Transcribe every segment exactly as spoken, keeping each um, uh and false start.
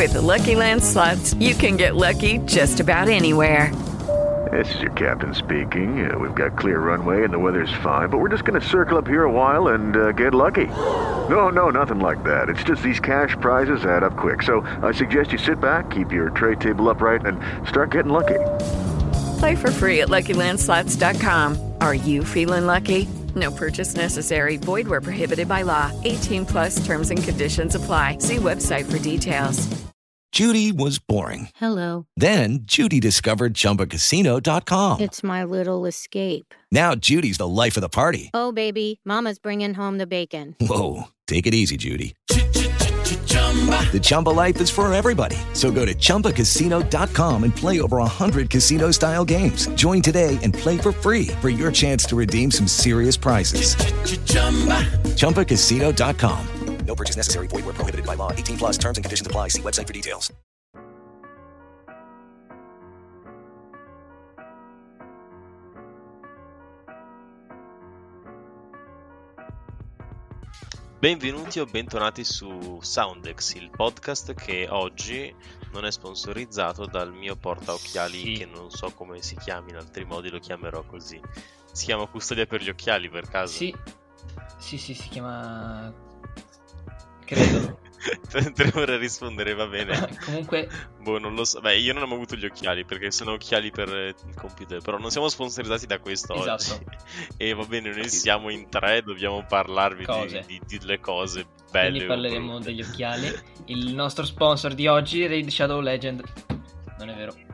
With the Lucky Land Slots, you can get lucky just about anywhere. This is your captain speaking. Uh, we've got clear runway and the weather's fine, but we're just going to circle up here a while and uh, get lucky. No, no, nothing like that. It's just these cash prizes add up quick. So I suggest you sit back, keep your tray table upright, and start getting lucky. Play for free at Lucky Land Slots dot com. Are you feeling lucky? No purchase necessary. Void where prohibited by law. eighteen plus terms and conditions apply. See website for details. Judy was boring. Hello. Then Judy discovered Chumba Casino dot com. It's my little escape. Now Judy's the life of the party. Oh, baby, mama's bringing home the bacon. Whoa, take it easy, Judy. The Chumba life is for everybody. So go to Chumba Casino dot com and play over one hundred casino-style games. Join today and play for free for your chance to redeem some serious prizes. Chumba Casino dot com. No purchase necessary. Void where prohibited by law. eighteen plus terms and conditions apply. See website for details. Benvenuti o bentornati su Soundex, il podcast che oggi non è sponsorizzato dal mio portaocchiali, sì, che non so come si chiami, in altri modi lo chiamerò così. Si chiama Custodia per gli occhiali, per caso? Sì, sì, sì, si chiama... credo. Dovrei rispondere, va bene. Comunque... Boh, non lo so. Beh, io non ho mai avuto gli occhiali, perché sono occhiali per il computer, però non siamo sponsorizzati da questo, esatto, oggi. E va bene, noi siamo in tre, dobbiamo parlarvi di, di, di delle cose belle. Quindi parleremo degli occhiali. Il nostro sponsor di oggi, Raid Shadow Legend. Non è vero.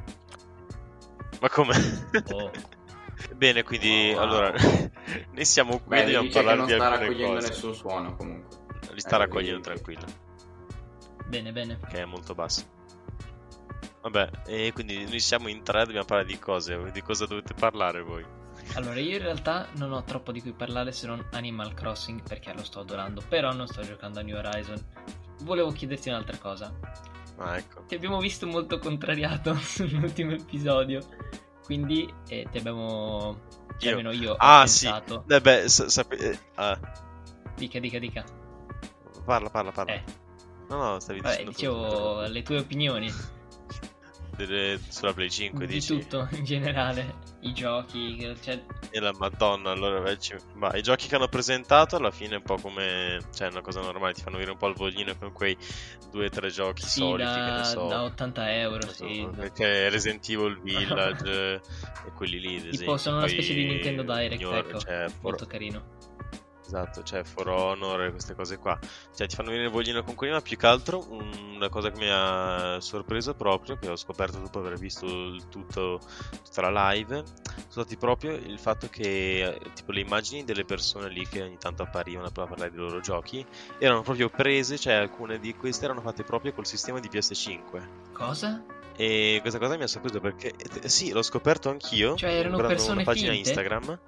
Ma come? Oh. Bene, quindi, oh, allora, noi siamo qui, Beh, dobbiamo parlare di alcune cose. non sta raccogliendo nessun suono, comunque. Li sta raccogliendo tranquillo. Bene, bene. Che è molto basso. Vabbè, e quindi noi siamo in tre, dobbiamo parlare di cose. Di cosa dovete parlare voi? Allora, io in realtà non ho troppo di cui parlare se non Animal Crossing, perché lo sto adorando, però non sto giocando a New Horizon. Volevo chiederti un'altra cosa. Ah, ecco. Ti abbiamo visto molto contrariato sull'ultimo episodio, quindi eh, ti abbiamo... Cioè, io? almeno io ah, ho pensato... sì. Eh beh, sa- sapete... Eh, ah. Dica, dica, dica. Parla, parla, parla. Eh. No, no, stavi Vabbè, dicendo dicevo tutto. le tue opinioni. Delle... Sulla Play cinque, di dici? tutto, in generale. I giochi, cioè... E la madonna, allora... beh, ci- Ma i giochi che hanno presentato alla fine è un po' come... Cioè, è una cosa normale, ti fanno venire un po' il voglino con quei due o tre giochi sì, soliti, da, che ne so. da ottanta euro, Non so, sì. Che è Resident Evil Village e quelli lì, ad esempio. Tipo, sono una Poi specie di Nintendo Direct, New- ecco. cioè, for- Molto carino. Esatto, cioè For Honor e queste cose qua. Cioè ti fanno venire il voglino con quelli, ma più che altro una cosa che mi ha sorpreso proprio, che ho scoperto dopo aver visto il tutto, tutta la live, sono stati proprio il fatto che tipo le immagini delle persone lì che ogni tanto apparivano per parlare dei loro giochi erano proprio prese, cioè alcune di queste erano fatte proprio col sistema di P S cinque. Cosa? E questa cosa mi ha sorpreso perché eh, sì, l'ho scoperto anch'io. Cioè erano guardando persone una pagina finte? Instagram.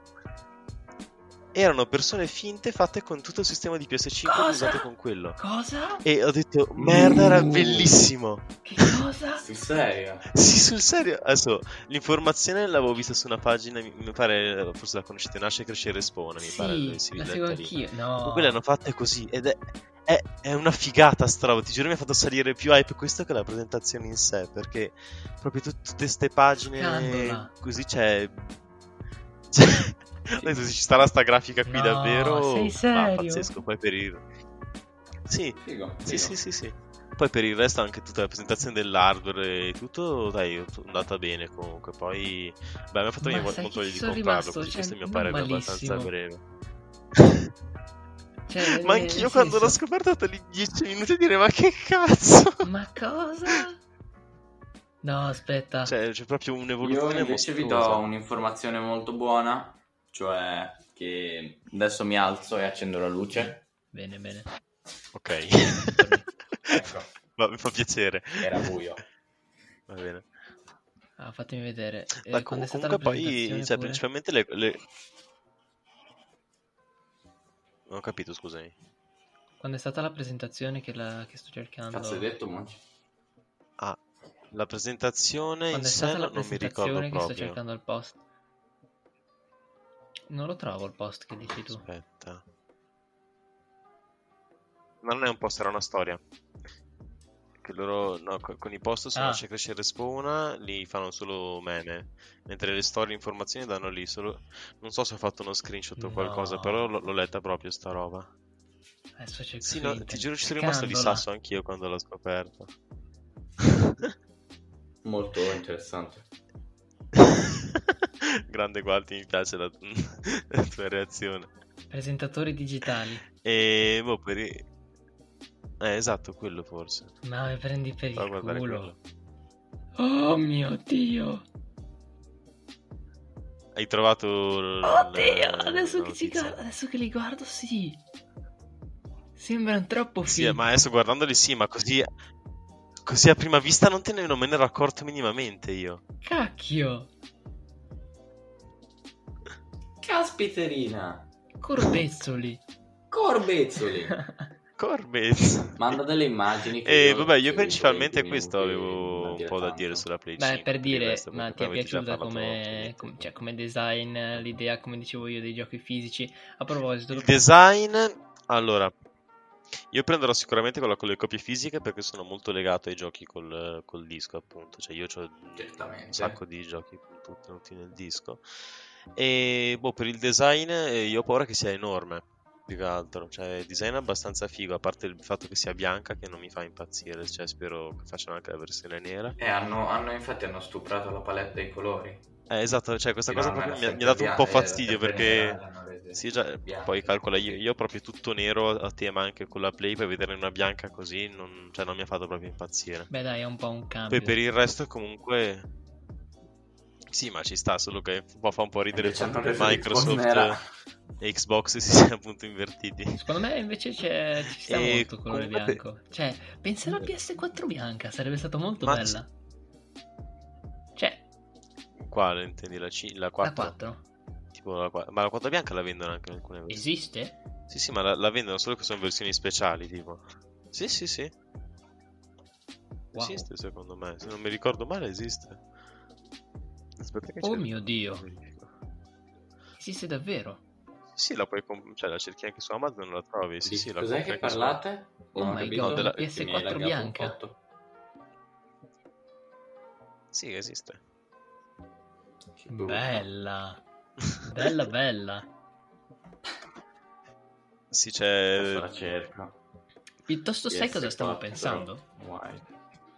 Erano persone finte fatte con tutto il sistema di P S cinque usate con quello. Cosa? E ho detto, merda, era bellissimo. Che cosa? Sul serio? Sì, sul serio. Adesso, l'informazione l'avevo vista su una pagina, mi, mi pare, forse la conoscete, Nasce, Crescere e Spona, mi pare. dove si Sì, la riletta seguo lì. anch'io. No. Ma quelle hanno fatte così, ed è, è, è una figata sta roba. Ti giuro, mi ha fatto salire più hype questo che la presentazione in sé, perché proprio tut- tutte ste pagine Candola. così c'è... c'è adesso ci starà sta grafica qui No, davvero, sei serio? ma pazzesco. Poi per il sì, Figo, sì, figo. sì, sì, sì. Poi per il resto anche tutta la presentazione dell'hardware e tutto, dai, è andata bene comunque. Poi beh, mi ha fatto Ma venire sai molto che voglia di sono comprarlo, rimasto, così cioè, questo è il mio non parere abbastanza malissimo. breve. Cioè, Ma nel anch'io quando l'ho senso- scoperto ho fatto lì dieci minuti a dire ma che cazzo. Ma cosa? No, aspetta. Cioè c'è proprio un'evoluzione Io invece vi do mostruosa. un'informazione molto buona, cioè che adesso mi alzo e accendo la luce. Bene, bene. Ok. Ecco, Ma mi fa piacere. era buio. Va bene. Ah, fatemi vedere. Eh, Ma quando com- è stata comunque la poi, presentazione cioè, pure? principalmente le, le... Non ho capito, scusami. Quando è stata la presentazione che, la... che sto cercando... Cazzo hai detto, Monci? Ah, la presentazione Quando in è sé stata la non mi ricordo presentazione che sto proprio. cercando il post. Non lo trovo il post che dici tu. Aspetta. Ma non è un post, era una storia. che loro no, co- con i post se Ah. non c'è crescere spawna li fanno solo meme, mentre le storie e informazioni danno lì solo. Non so se ho fatto uno screenshot o No. qualcosa, però l- l'ho letta proprio sta roba. Adesso cerco Sì, su no, internet. ti giuro ci sono rimasto di Candola. sasso anch'io quando l'ho scoperto. Molto interessante. Grande Gualti, mi piace la, la tua reazione. Presentatori digitali. E boh, per i... Eh, esatto, quello forse. Ma mi prendi per Prova a il guardare culo. quello. Oh mio Dio. Hai trovato l- Oddio, la- adesso la che, ci notizia? guardo, adesso che li guardo, sì. Sembrano troppo Sì, fighi. ma adesso guardandoli sì, ma così così a prima vista non te ne non me ne ero accorto minimamente io. Cacchio. Caspiterina. Corbezzoli. Corbezzoli. Corbez. Manda delle immagini. che E io vabbè, io seguito principalmente venti questo minuti, avevo non un dire po' da tanto. dire sulla Play Beh, cinque. per il dire, resto ma proprio ti è avete già piaciuta parlato come, otto com- minuti. cioè, come design, l'idea, come dicevo io, dei giochi fisici? A proposito, Il design, allora, io prenderò sicuramente quella con le copie fisiche perché sono molto legato ai giochi col, col disco, appunto. Cioè, io ho Certamente. un sacco di giochi tutti tenuti nel disco. E boh, per il design eh, io ho paura che sia enorme, più che altro. Cioè, il design è abbastanza figo, a parte il fatto che sia bianca, che non mi fa impazzire. Cioè, spero che facciano anche la versione nera. Eh, hanno, hanno infatti hanno stuprato la palette dei colori. Eh, esatto, cioè questa Sì, cosa no, ma proprio era mi ha, mi ha sempre dato un po' bia- era fastidio sempre perché nera, l'hanno resa sì, già, bianca, poi calcola io, sì. io proprio tutto nero a tema anche con la Play, per vedere una bianca così non, cioè, non mi ha fatto proprio impazzire. beh dai, è un po' un cambio. Poi per il resto comunque sì, ma ci sta, solo che un po' fa un po' ridere il Invece fatto hanno che reso Microsoft Xbox nera. e Xbox si siano appunto invertiti. Secondo me invece c'è, ci sta E molto colore comunque- bianco. Cioè, pensare alla P S quattro bianca, sarebbe stato molto Ma bella. Cioè, Quale intendi? La, C- la la quattro? quattro Tipo la qua- ma la quattro bianca la vendono anche in alcune versioni. esiste? Sì, sì, ma la, la vendono solo che sono versioni speciali, tipo. Sì, sì, sì. Wow. Esiste secondo me, se non mi ricordo male esiste. Aspetta che Oh cerco. mio Dio. Verifico. Esiste davvero? Sì, la puoi comp- cioè la cerchi anche su Amazon e la trovi. Sì, Di sì, la cos'è compri che anche su parlate? Oh Non ho my capito, God, della- perché P S mi hai quattro laggato un bianca. botto. Sì, esiste. Che brutto. Bella. Bella, bella. Sì, Adesso c'è la cerco. Piuttosto sai cosa stavo P S quattro pensando? White.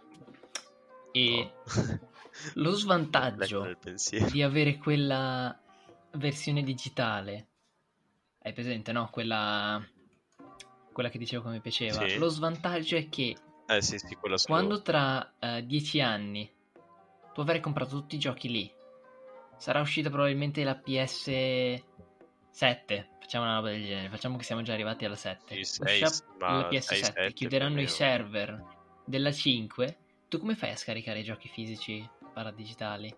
E Oh. lo Lecco svantaggio nel pensiero. di avere quella versione digitale, hai presente, no? Quella, quella che dicevo come piaceva. Sì. Lo svantaggio è che Eh sì, sì, quella solo. quando tra eh, dieci anni tu avrai comprato tutti i giochi lì, sarà uscita probabilmente la P S sette. Facciamo una roba del genere. Facciamo che siamo già arrivati alla sette. Sì, sei, Uscirà ma la P S sei, sette, sette chiuderanno più o i meno. server della cinque. Tu come fai a scaricare i giochi fisici paradigitali?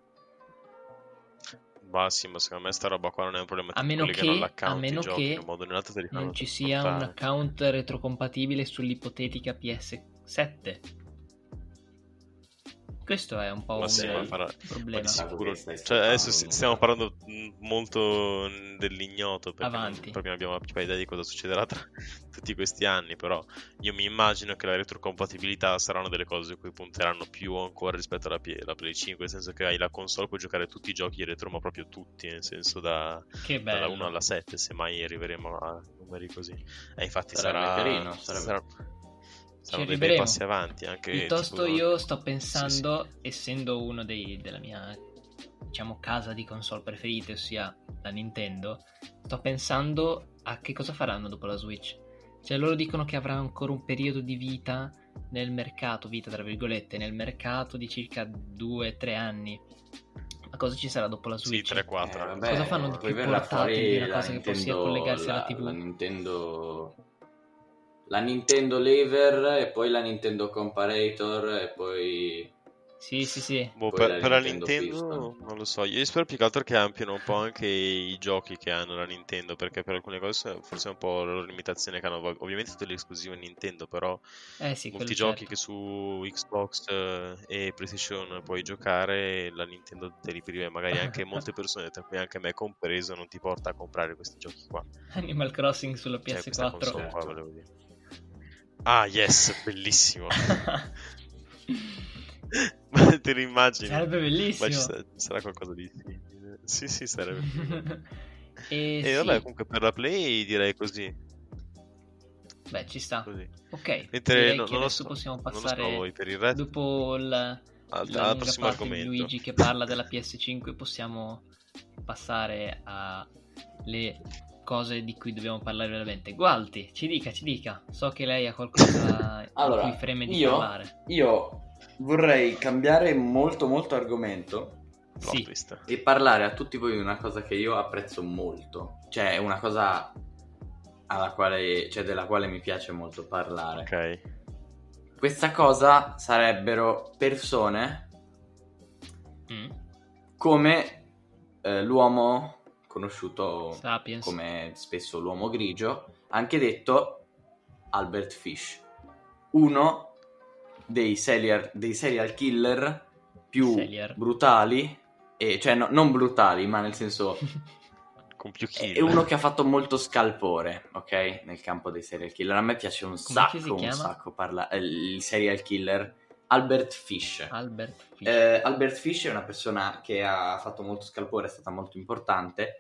Ma sì, ma secondo me sta roba qua non è un problema. A Ti meno collegano che, all'account a meno i giochi, che in un modo o nell'altro te li fanno non ci sia un portare. account retrocompatibile sull'ipotetica P S sette. Questo è un po' Ma un sì, ma farà- problema. Ma di Dato sicuro. che stai Cioè, adesso sfruttando si- stiamo un- parlando mh, molto mh, dell'ignoto perché Avanti. non, proprio non abbiamo la più idea di cosa succederà tra tutti questi anni. Però io mi immagino che la retrocompatibilità saranno delle cose a cui punteranno più ancora rispetto alla, P- alla Play cinque. Nel senso che hai la console, puoi giocare tutti i giochi retro, ma proprio tutti. Nel senso da, Che dalla bello. uno alla sette, se mai arriveremo a numeri così. E infatti Sarebbe sarà. carino, sarebbe- sarà- Ci saranno dei bei arriveremo. passi avanti. Anche Piuttosto tipo- io sto pensando, essendo uno dei, della mia, diciamo, casa di console preferite, ossia la Nintendo, sto pensando a che cosa faranno dopo la Switch. Cioè loro dicono che avrà ancora un periodo di vita nel mercato, vita tra virgolette, nel mercato di circa due tre anni. Ma cosa ci sarà dopo la Sì, Switch? tre quattro. Eh, vabbè, Cosa fanno di poi più verrà portatile fuori di una la cosa che possa Nintendo- collegarsi alla la- tivù? La Nintendo... La Nintendo Lever e poi la Nintendo Comparator e poi... Sì, sì, sì. Boh, Poi per, la per la Nintendo Nintendo Piston. non lo so, io spero più che altro che ampliano un po' anche i giochi che hanno la Nintendo, perché per alcune cose forse è un po' la loro limitazione che hanno, ovviamente tutte le esclusive Nintendo, però Eh sì, quello molti giochi certo. che su Xbox eh, e PlayStation puoi giocare, la Nintendo te li priva e magari anche molte persone, tra cui anche me compreso, non ti porta a comprare questi giochi qua. Animal Crossing sulla Cioè P S questa quattro. console qua, volevo dire. Ah, yes, bellissimo. te lo immagini. Sarebbe bellissimo. Ma ci sarà, sarà qualcosa di simile. Sì, sì, sarebbe. e E sì. vabbè, comunque per la Play direi così. Beh, ci sta. Così. Ok, Mentre direi no- che non lo adesso so, possiamo non lo so passare voi, per il resto, dopo il, al, la al lunga prossimo parte di argomento. Luigi che parla della P S cinque, possiamo passare alle cose di cui dobbiamo parlare veramente. Gualti, ci dica, ci dica. So che lei ha qualcosa Allora, di cui freme di io, parlare. io vorrei cambiare molto molto argomento Plot Sì. twist. e parlare a tutti voi di una cosa che io apprezzo molto. Cioè, è una cosa alla quale, cioè della quale mi piace molto parlare. Ok. Questa cosa sarebbero persone Mm. come eh, l'uomo conosciuto Sapiens. come spesso l'uomo grigio, anche detto Albert Fish, uno dei serial, dei serial killer più Serial. brutali, e, cioè no, non brutali, ma nel senso Con più kill. è uno che ha fatto molto scalpore, ok? Nel campo dei serial killer. A me piace un Com'è che sacco, si un chiama? sacco parla- eh, il serial killer Albert Fish. Albert Fish. Eh, Albert Fish è una persona che ha fatto molto scalpore, è stata molto importante,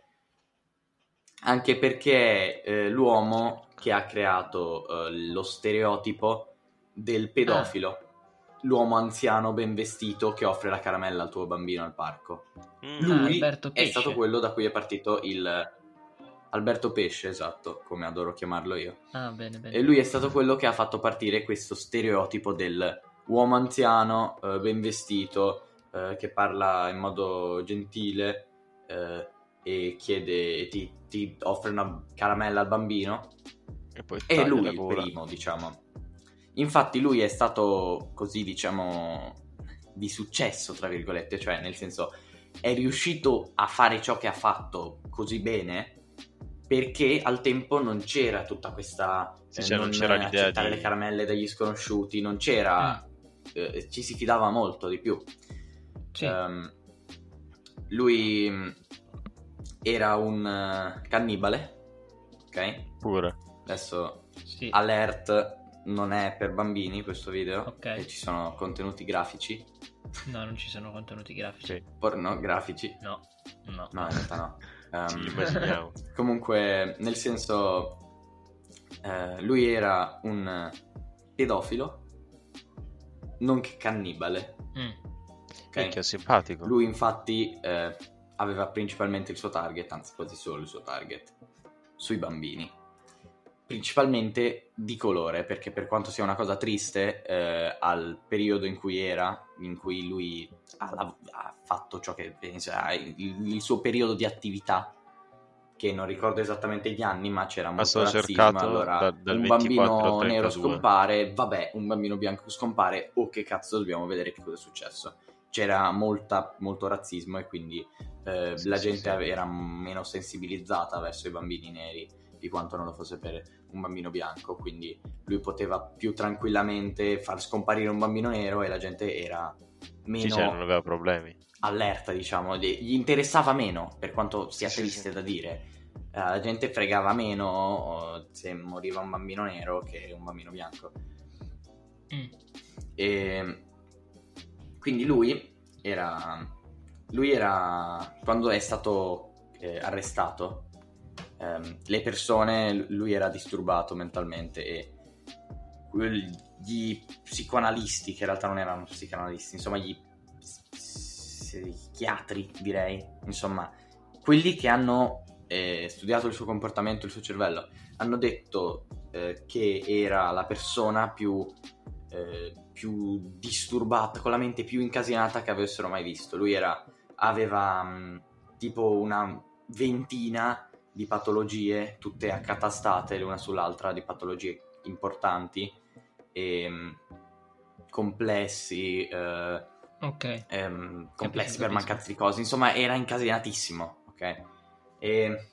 anche perché è l'uomo che ha creato eh, lo stereotipo del pedofilo, l'uomo anziano ben vestito che offre la caramella al tuo bambino al parco. Mm. Lui Alberto è Pesce. stato quello da cui è partito il Alberto Pesce, esatto, come adoro chiamarlo io. Ah, bene, bene. E lui è stato quello che ha fatto partire questo stereotipo del uomo anziano, eh, ben vestito, eh, che parla in modo gentile eh, e chiede, ti, ti offre una caramella al bambino. E poi E taglia lui la il gola. primo, diciamo. Infatti lui è stato così, diciamo, di successo, tra virgolette, cioè nel senso è riuscito a fare ciò che ha fatto così bene perché al tempo non c'era tutta questa Sì, eh, cioè, non non c'era l'idea accettare di- le caramelle dagli sconosciuti, non c'era eh, ci si fidava molto di più. Sì. Ehm, lui mh, era un eh, cannibale, ok? Pure. Adesso Sì. alert, non è per bambini questo video, Ok. e ci sono contenuti grafici, No, non ci sono contenuti grafici. Sì. pornografici. No, no. No, in realtà no. Ehm, Ci immaginiamo. comunque, nel senso, eh, lui era un pedofilo, nonché cannibale. Mm. Ok? Minchia, simpatico. Lui infatti eh, aveva principalmente il suo target, anzi quasi solo il suo target, sui bambini. Principalmente di colore, perché per quanto sia una cosa triste, eh, al periodo in cui era, in cui lui ha, lav- ha fatto ciò che pensa, il, il suo periodo di attività, che non ricordo esattamente gli anni, ma c'era molto stato razzismo, cercato allora da- dal un ventiquattro bambino al nero trentadue. scompare, vabbè, un bambino bianco scompare, oh che cazzo, dobbiamo vedere che cosa è successo. C'era molta, molto razzismo e quindi eh, Sì, la sì, gente sì. era meno sensibilizzata verso i bambini neri di quanto non lo fosse per un bambino bianco, quindi lui poteva più tranquillamente far scomparire un bambino nero e la gente era meno Sì, cioè, non aveva problemi. allerta, diciamo, gli gli interessava meno, per quanto sia Sì, sì, triste sì. da dire. Eh, la gente fregava meno oh, se moriva un bambino nero che un bambino bianco. Mm. E quindi lui era lui era quando è stato eh, arrestato, ehm, le persone, lui era disturbato mentalmente e quel- gli psicoanalisti, che in realtà non erano psicoanalisti, insomma gli psichiatri, direi, insomma quelli che hanno eh, studiato il suo comportamento, il suo cervello, hanno detto eh, che era la persona più eh, più disturbata, con la mente più incasinata che avessero mai visto. Lui era aveva mh, tipo una ventina di patologie, tutte accatastate l'una sull'altra, di patologie importanti e mh, complessi, eh, Ok. ehm, complessi Capisco, per capisco. mancanza di cose, insomma era incasinatissimo, ok? E,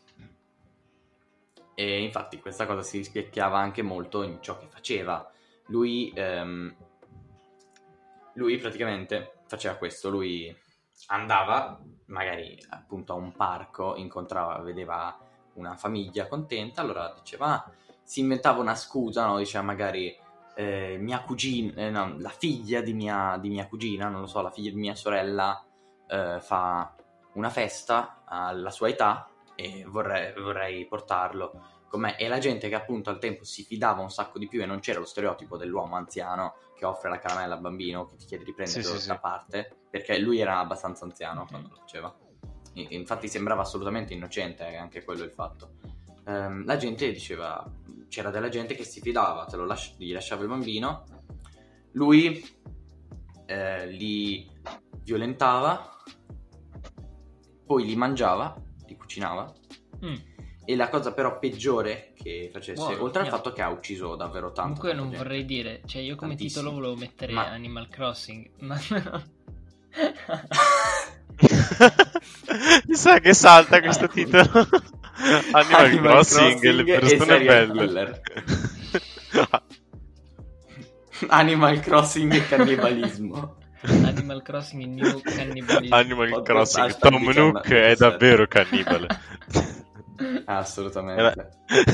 e infatti questa cosa si rispecchiava anche molto in ciò che faceva. Lui, ehm, lui praticamente faceva questo, lui andava magari appunto a un parco, incontrava, vedeva una famiglia contenta, allora diceva, ah, si inventava una scusa, no? Diceva magari eh, mia cugina, eh, no, la figlia di mia, di mia cugina, non lo so, la figlia di mia sorella eh, fa una festa alla sua età e vorrei, vorrei portarlo con me. E la gente che appunto al tempo si fidava un sacco di più e non c'era lo stereotipo dell'uomo anziano che offre la caramella al bambino, che ti chiede di prenderlo Sì, sì, da sì. parte, perché lui era abbastanza anziano quando lo faceva. E- infatti sembrava assolutamente innocente, è anche quello il fatto. Ehm, la gente diceva, c'era della gente che si fidava, te lo lasci- gli lasciava il bambino, lui eh, li violentava, poi li mangiava, li cucinava. Mm. E la cosa però peggiore che facesse, Buono, oltre al yeah. fatto che ha ucciso davvero tanto, Comunque non tanta gente. vorrei dire, cioè io come Tantissimo. titolo volevo mettere Ma- Animal Crossing, ma Mi sa che salta questo titolo. Animal, Animal Crossing, Crossing le e persone serial belle. killer. Animal Crossing e cannibalismo. Animal Crossing il new cannibalismo. Animal Podcast Crossing, hashtag Tom diciannove Nook è davvero cannibale. Assolutamente.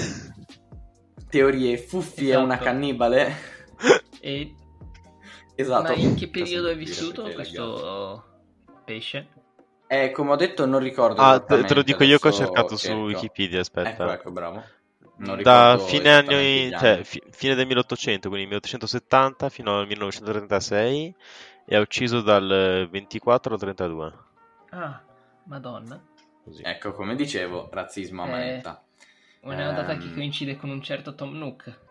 Teorie, Fuffi è una Esatto. cannibale. E Esatto. ma in che Questo periodo è dire vissuto perché è legato. questo pesce? Eh, come ho detto, non ricordo. Ah, te, te lo esattamente, dico io che ho adesso cercato su cerco. Wikipedia, aspetta. Ecco, ecco, bravo. Non Da ricordo fine esattamente anni, gli cioè anni. fi- fine del milleottocento, quindi milleottocentosettanta fino al millenovecentotrentasei, e ha ucciso dal ventiquattro al trentadue. Ah, madonna. Così. Ecco, come dicevo, razzismo a Eh, manetta. Una data che Ehm. coincide con un certo Tom Nook,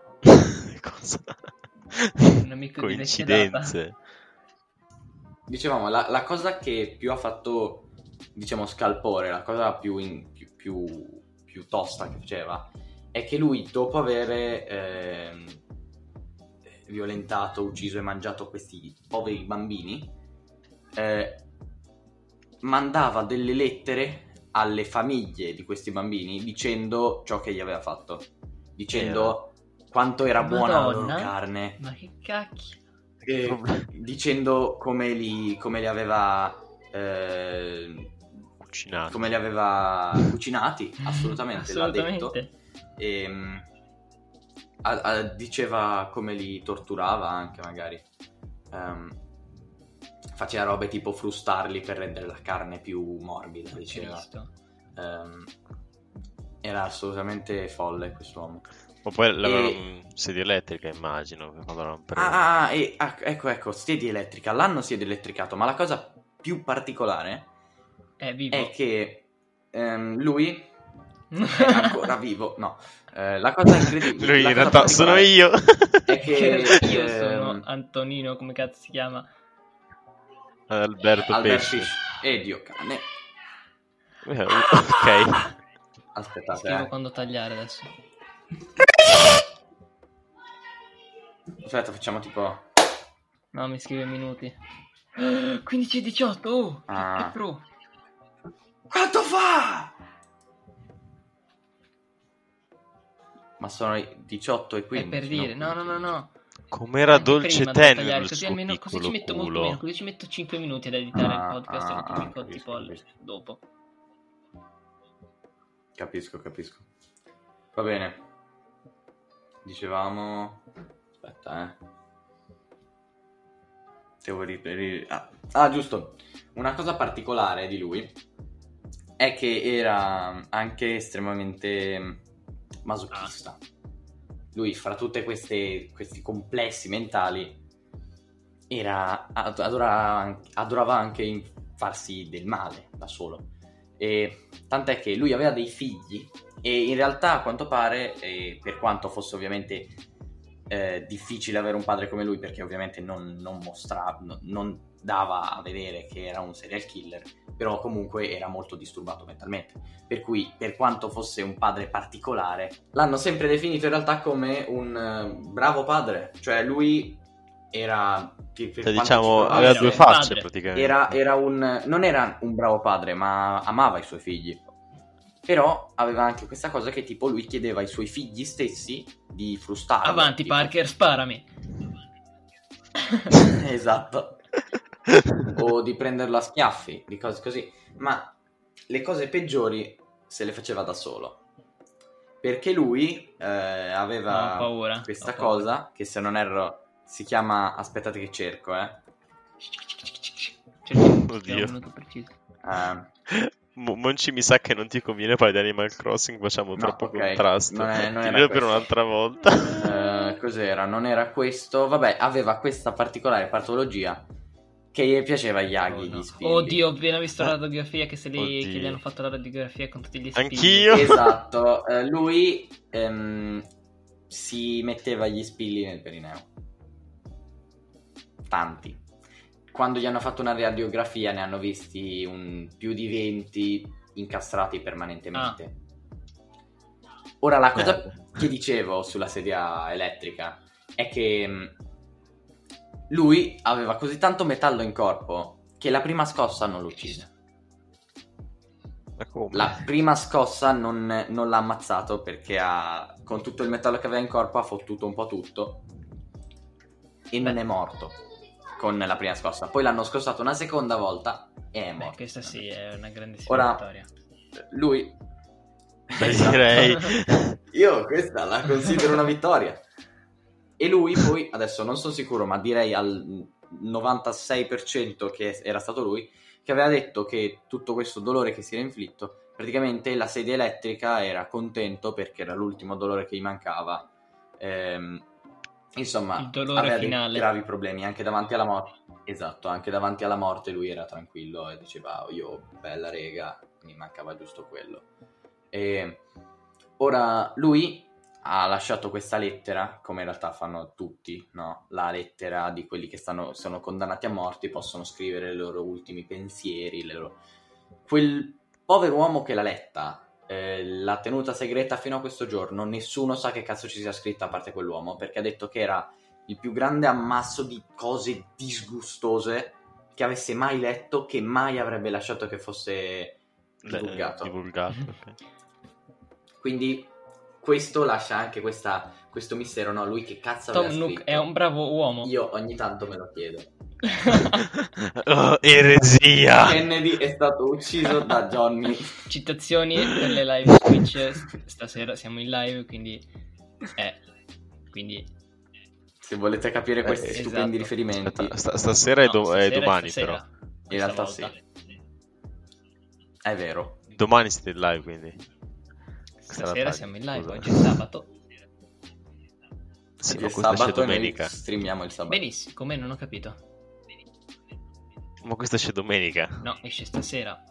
Cosa? un amico di vecchia data. Coincidenze. Dicevamo, la, la cosa che più ha fatto, diciamo, scalpore, la cosa più, in- più, più, più tosta che faceva, è che lui, dopo avere ehm, violentato, ucciso e mangiato questi poveri bambini, eh, mandava delle lettere alle famiglie di questi bambini dicendo ciò che gli aveva fatto, dicendo quanto era buona la loro Madonna. carne, Ma che cacchio? e dicendo come li, come li aveva eh, Cucinato. come li aveva cucinati, assolutamente, l'ha detto. Assolutamente. E, mh, a- a- diceva come li torturava anche, magari. Ehm, faceva robe tipo frustarli per rendere la carne più morbida, diceva. Cristo. Ehm, era assolutamente folle quest'uomo. Ma poi l'avevano E- in sedia elettrica, immagino, che quando l'hanno preso. Ah, ah, e, ah, ecco, ecco, sedia elettrica. L'hanno sedia elettricato, ma la cosa più particolare È vivo. è che ehm, lui è ancora vivo. No, eh, la cosa incredibile. Lui la in cosa realtà sono particolare io. È che Io ehm, sono Antonino, come cazzo si chiama? Alberto Albert Pesce. Fish e Dio cane. Eh, ok. Aspettate, Scrivo eh. quando tagliare adesso. Aspetta, facciamo tipo. No, mi scrive minuti. quindici e diciotto, oh, Ah. che pro. Quanto fa? Ma sono i diciotto e È quindici. per dire, no, no, no, no. Com'era Anche dolce prima devo tenero tagliare, il così suo almeno così ci piccolo metto molto culo. meno, così ci metto cinque minuti ad editare Ah, il podcast ah, e lo ah, pubblico capisco, tipo al- capisco. dopo. Capisco, capisco. Va bene. Dicevamo. Aspetta, eh. Devo riprendere. Ah. ah, giusto. Una cosa particolare di lui è che era anche estremamente masochista. Lui, fra tutte queste questi complessi mentali, era ad- adorava, adorava anche in farsi del male da solo. E tant'è che lui aveva dei figli e in realtà a quanto pare, eh, per quanto fosse ovviamente eh, difficile avere un padre come lui, perché ovviamente non, non mostrava, no- non dava a vedere che era un serial killer, però comunque era molto disturbato mentalmente, per cui per quanto fosse un padre particolare l'hanno sempre definito in realtà come un eh, bravo padre, cioè lui era per Cioè, quanto diciamo, ci aveva provasse, due facce padre. praticamente. era, era un, non era un bravo padre, ma amava i suoi figli. Però aveva anche questa cosa che tipo lui chiedeva ai suoi figli stessi di frustarlo. Avanti tipo. Parker, sparami. Esatto. O di prenderlo a schiaffi, di cose così. Ma le cose peggiori se le faceva da solo. perché lui eh, aveva Ho paura, questa ho paura. cosa che, se non erro, si chiama, aspettate che cerco, eh. Oddio. Un minuto preciso. Eh, Mo- Monci, mi sa che non ti conviene parlare di Animal Crossing, facciamo No, troppo ok, contrasto. non è- non Ti era dirò per questo. un'altra volta. eh, cos'era? Non era questo? Vabbè, aveva questa particolare patologia che gli piaceva gli aghi, Oh, no. gli spilli. Oddio, ho appena visto la radiografia che, se li, Oddio. che gli hanno fatto la radiografia con tutti gli spilli. Anch'io. Esatto, eh, lui ehm, si metteva gli spilli nel perineo. Tanti. Quando gli hanno fatto una radiografia ne hanno visti un più di venti incastrati permanentemente. Ora, la cosa Eh. che dicevo sulla sedia elettrica è che mh, lui aveva così tanto metallo in corpo che la prima scossa non lo uccise. Ma come? La prima scossa non, non l'ha ammazzato perché ha, con tutto il metallo che aveva in corpo, ha fottuto un po' tutto e non è morto con la prima scossa. Poi l'hanno scossato una seconda volta e è Beh, morto. questa sì è una grandissima Ora, vittoria. lui... Beh, Esatto. direi. Io questa la considero una vittoria. E lui poi, adesso non sono sicuro, ma direi al novantasei per cento che era stato lui, che aveva detto che tutto questo dolore che si era inflitto, praticamente la sedia elettrica, era contento perché era l'ultimo dolore che gli mancava. Ehm, insomma, Il dolore aveva finale. dei gravi problemi anche davanti alla morte. Esatto, anche davanti alla morte lui era tranquillo e diceva: "Oh, io bella rega, mi mancava giusto quello". E ora lui ha lasciato questa lettera, come in realtà fanno tutti, no? La lettera di quelli che stanno, sono condannati a morte, possono scrivere i loro ultimi pensieri, le loro... Quel povero uomo che l'ha letta, eh, l'ha tenuta segreta fino a questo giorno, nessuno sa che cazzo ci sia scritta a parte quell'uomo, perché ha detto che era il più grande ammasso di cose disgustose che avesse mai letto, che mai avrebbe lasciato che fosse divulgato. Divulgato, ok. Quindi questo lascia anche questa, questo mistero, no? Lui che cazzo Tom aveva Nook scritto? è un bravo uomo. Io ogni tanto me lo chiedo. Oh, eresia. Kennedy è stato ucciso da Johnny. Citazioni per le live Twitch. Stasera siamo in live, quindi eh, quindi Se volete capire questi Eh, stupendi esatto. riferimenti, Aspetta, sta- stasera è, no, do- stasera è domani, stasera, però. in questa realtà volta. sì, è vero. Domani siete in live, quindi. Questa è la Stasera taglia, siamo in live, scusa. oggi è sabato. Sì, Oggi ma è questo esce sabato e noi domenica. streamiamo il sabato. Benissimo, come non ho capito. Ma questo esce domenica. No, esce stasera.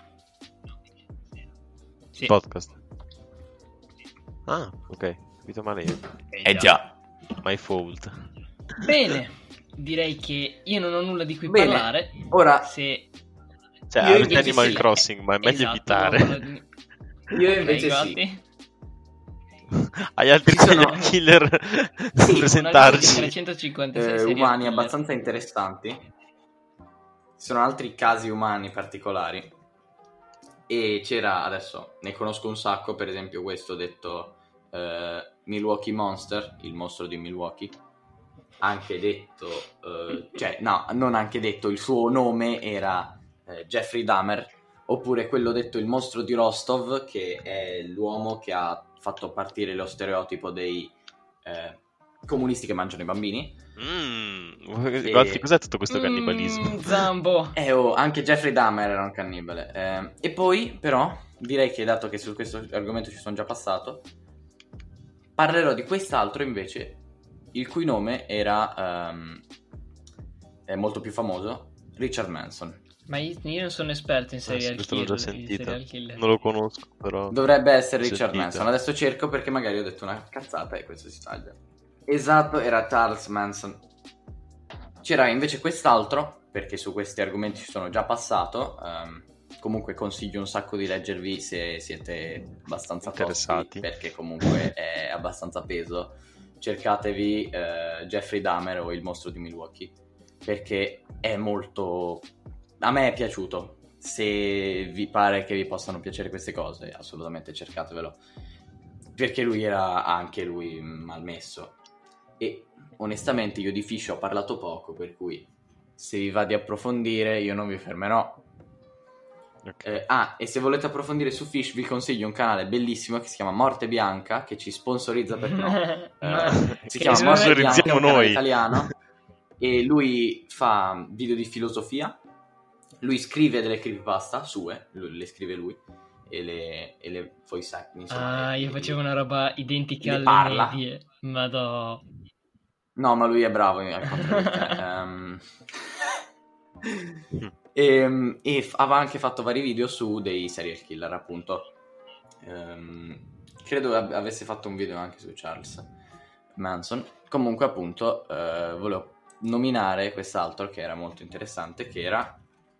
Sì. Podcast. Ah, ok. Capito male io. Eh, My fault. Bene, direi che io non ho nulla di cui Bene. parlare. Ora, Se Cioè, Io avete invece Animal sì. Crossing, ma è meglio Esatto, evitare. non parlo di- io Ok, invece sì. Gatti. Hai altri Ci sono- serial killer da Sì, Una lista di presentarci. trecentocinquantasei Eh, serial umani killer. abbastanza interessanti. Ci sono altri casi umani particolari. E c'era, adesso ne conosco un sacco, per esempio questo detto eh, Milwaukee Monster, il mostro di Milwaukee. Anche detto, eh, cioè no, non anche detto, il suo nome era eh, Jeffrey Dahmer. Oppure quello detto il mostro di Rostov, che è l'uomo che ha fatto partire lo stereotipo dei eh, comunisti che mangiano i bambini. Mm, E- Gatti, cos'è tutto questo cannibalismo? Mm, Zambo. Eh, oh, anche Jeffrey Dahmer era un cannibale. Eh, e poi, però, direi che dato che su questo argomento ci sono già passato, parlerò di quest'altro invece, il cui nome era ehm, è molto più famoso, Richard Manson. Ma io, io non sono esperto in Ah, sì, serial questo l'ho killer. già in sentito. serial killer. Non lo conosco, però. Dovrebbe essere Ho Richard sentito. Manson. Adesso cerco perché magari ho detto una cazzata e questo si taglia. Esatto, era Charles Manson. C'era invece quest'altro, perché su questi argomenti ci sono già passato. ehm, comunque consiglio un sacco di leggervi se siete abbastanza Interessati. tosti, perché comunque è abbastanza peso. Cercatevi eh, Jeffrey Dahmer o il mostro di Milwaukee, perché è molto... A me è piaciuto. Se vi pare che vi possano piacere queste cose, assolutamente cercatevelo, perché lui era anche lui malmesso. E onestamente io di Fish ho parlato poco, per cui se vi va di approfondire io non vi fermerò. Okay. Eh, ah, e se volete approfondire su Fish vi consiglio un canale bellissimo che si chiama Morte Bianca, che ci sponsorizza per no. Eh, si Che chiama Morte Bianca, è sponsorizziamo un canale noi. italiano e lui fa video di filosofia, lui scrive delle creepypasta sue, lui- le scrive lui e le, e le voice acting, insomma, Ah, e- io e- facevo una roba identica le alle parla. medie. Madò. No, ma lui è bravo al contrario di te. Ehm. e, e f- aveva anche fatto vari video su dei serial killer, appunto. Ehm, credo ab- avesse fatto un video anche su Charles Manson. Comunque, appunto, eh, volevo nominare quest'altro che era molto interessante, che era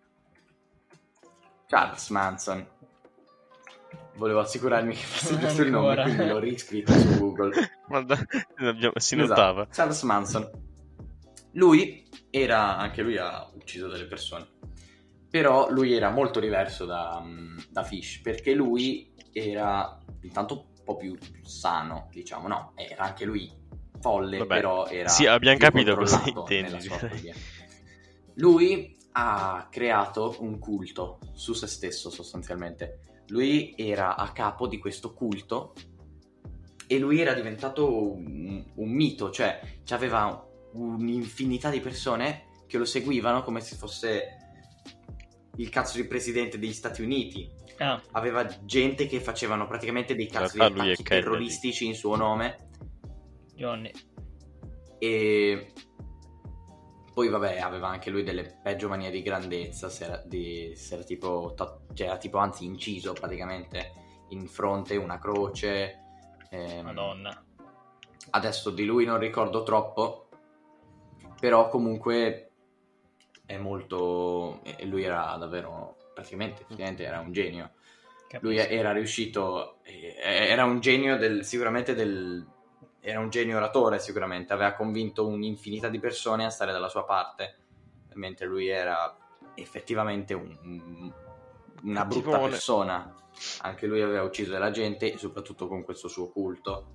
Charles Manson. Volevo assicurarmi che fosse giusto il nome, Ancora. quindi l'ho riscritto su Google. Ma da- abbiamo- si Esatto, notava. Charles Manson. Lui era, anche lui ha ucciso delle persone, però lui era molto diverso da, da Fish, perché lui era intanto un po' più sano, diciamo, no, era anche lui folle, Vabbè, però era sì, abbiamo più capito cosa controllato intendi, nella sua direi. follia. Lui ha creato un culto su se stesso, sostanzialmente. Lui era a capo di questo culto e lui era diventato un, un mito, cioè aveva un'infinità di persone che lo seguivano come se fosse il cazzo di presidente degli Stati Uniti. Ah, Aveva gente che facevano praticamente dei cazzo di realtà lui è attacchi Kennedy. terroristici in suo nome. Johnny. E poi vabbè, aveva anche lui delle peggio manie di grandezza, si era, di, si era tipo, ta- cioè era tipo anzi inciso praticamente in fronte una croce. ehm, Madonna. Adesso di lui non ricordo troppo, però comunque è molto, e lui era davvero, praticamente, praticamente era un genio. Capisco. Lui era riuscito, eh, era un genio del, sicuramente del, era un genio oratore sicuramente, aveva convinto un'infinità di persone a stare dalla sua parte, mentre lui era effettivamente un, un- una brutta Cattivone. persona. Anche lui aveva ucciso della gente, soprattutto con questo suo culto.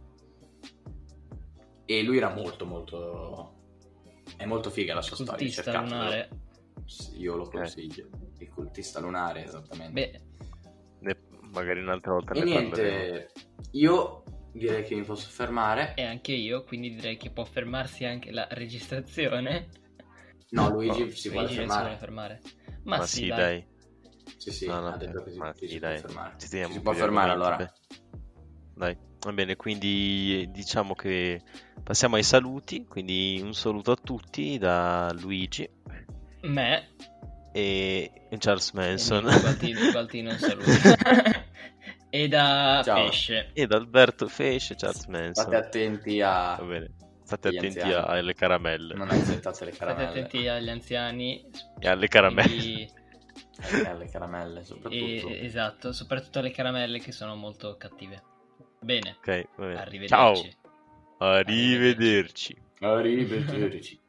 E lui era molto molto, è molto figa la sua storia, Cultista cercatelo. lunare. Sì, io lo consiglio, il cultista lunare, esattamente. Beh, Ne- magari un'altra volta E ne parleremo. niente, io direi che mi posso fermare. e anche io, quindi direi che può fermarsi anche la registrazione. No, Luigi No, si vuole Luigi non si vuole fermare. fermare. Ma, Ma sì, sì, dai. dai. Sì, sì, No, no, ha detto che si, ma ci sì, si dai. può fermare. Ci teniamo Ci si un può po' di fermare argomenti, allora. beh. Dai, va bene, quindi diciamo che passiamo ai saluti, quindi un saluto a tutti da Luigi Me e e Charles Manson Gualti non saluto. E da Ciao. Pesce. e da Alberto Fesce e Charles Manson. State attenti a... Va bene, state agli attenti anziani. a- alle caramelle Non accettate le State caramelle. attenti agli anziani. e alle caramelle. quindi- Eh, alle caramelle, soprattutto. e- esatto, soprattutto alle caramelle che sono molto cattive. Bene, Ok, va bene. arrivederci. Ciao, arrivederci. Arrivederci.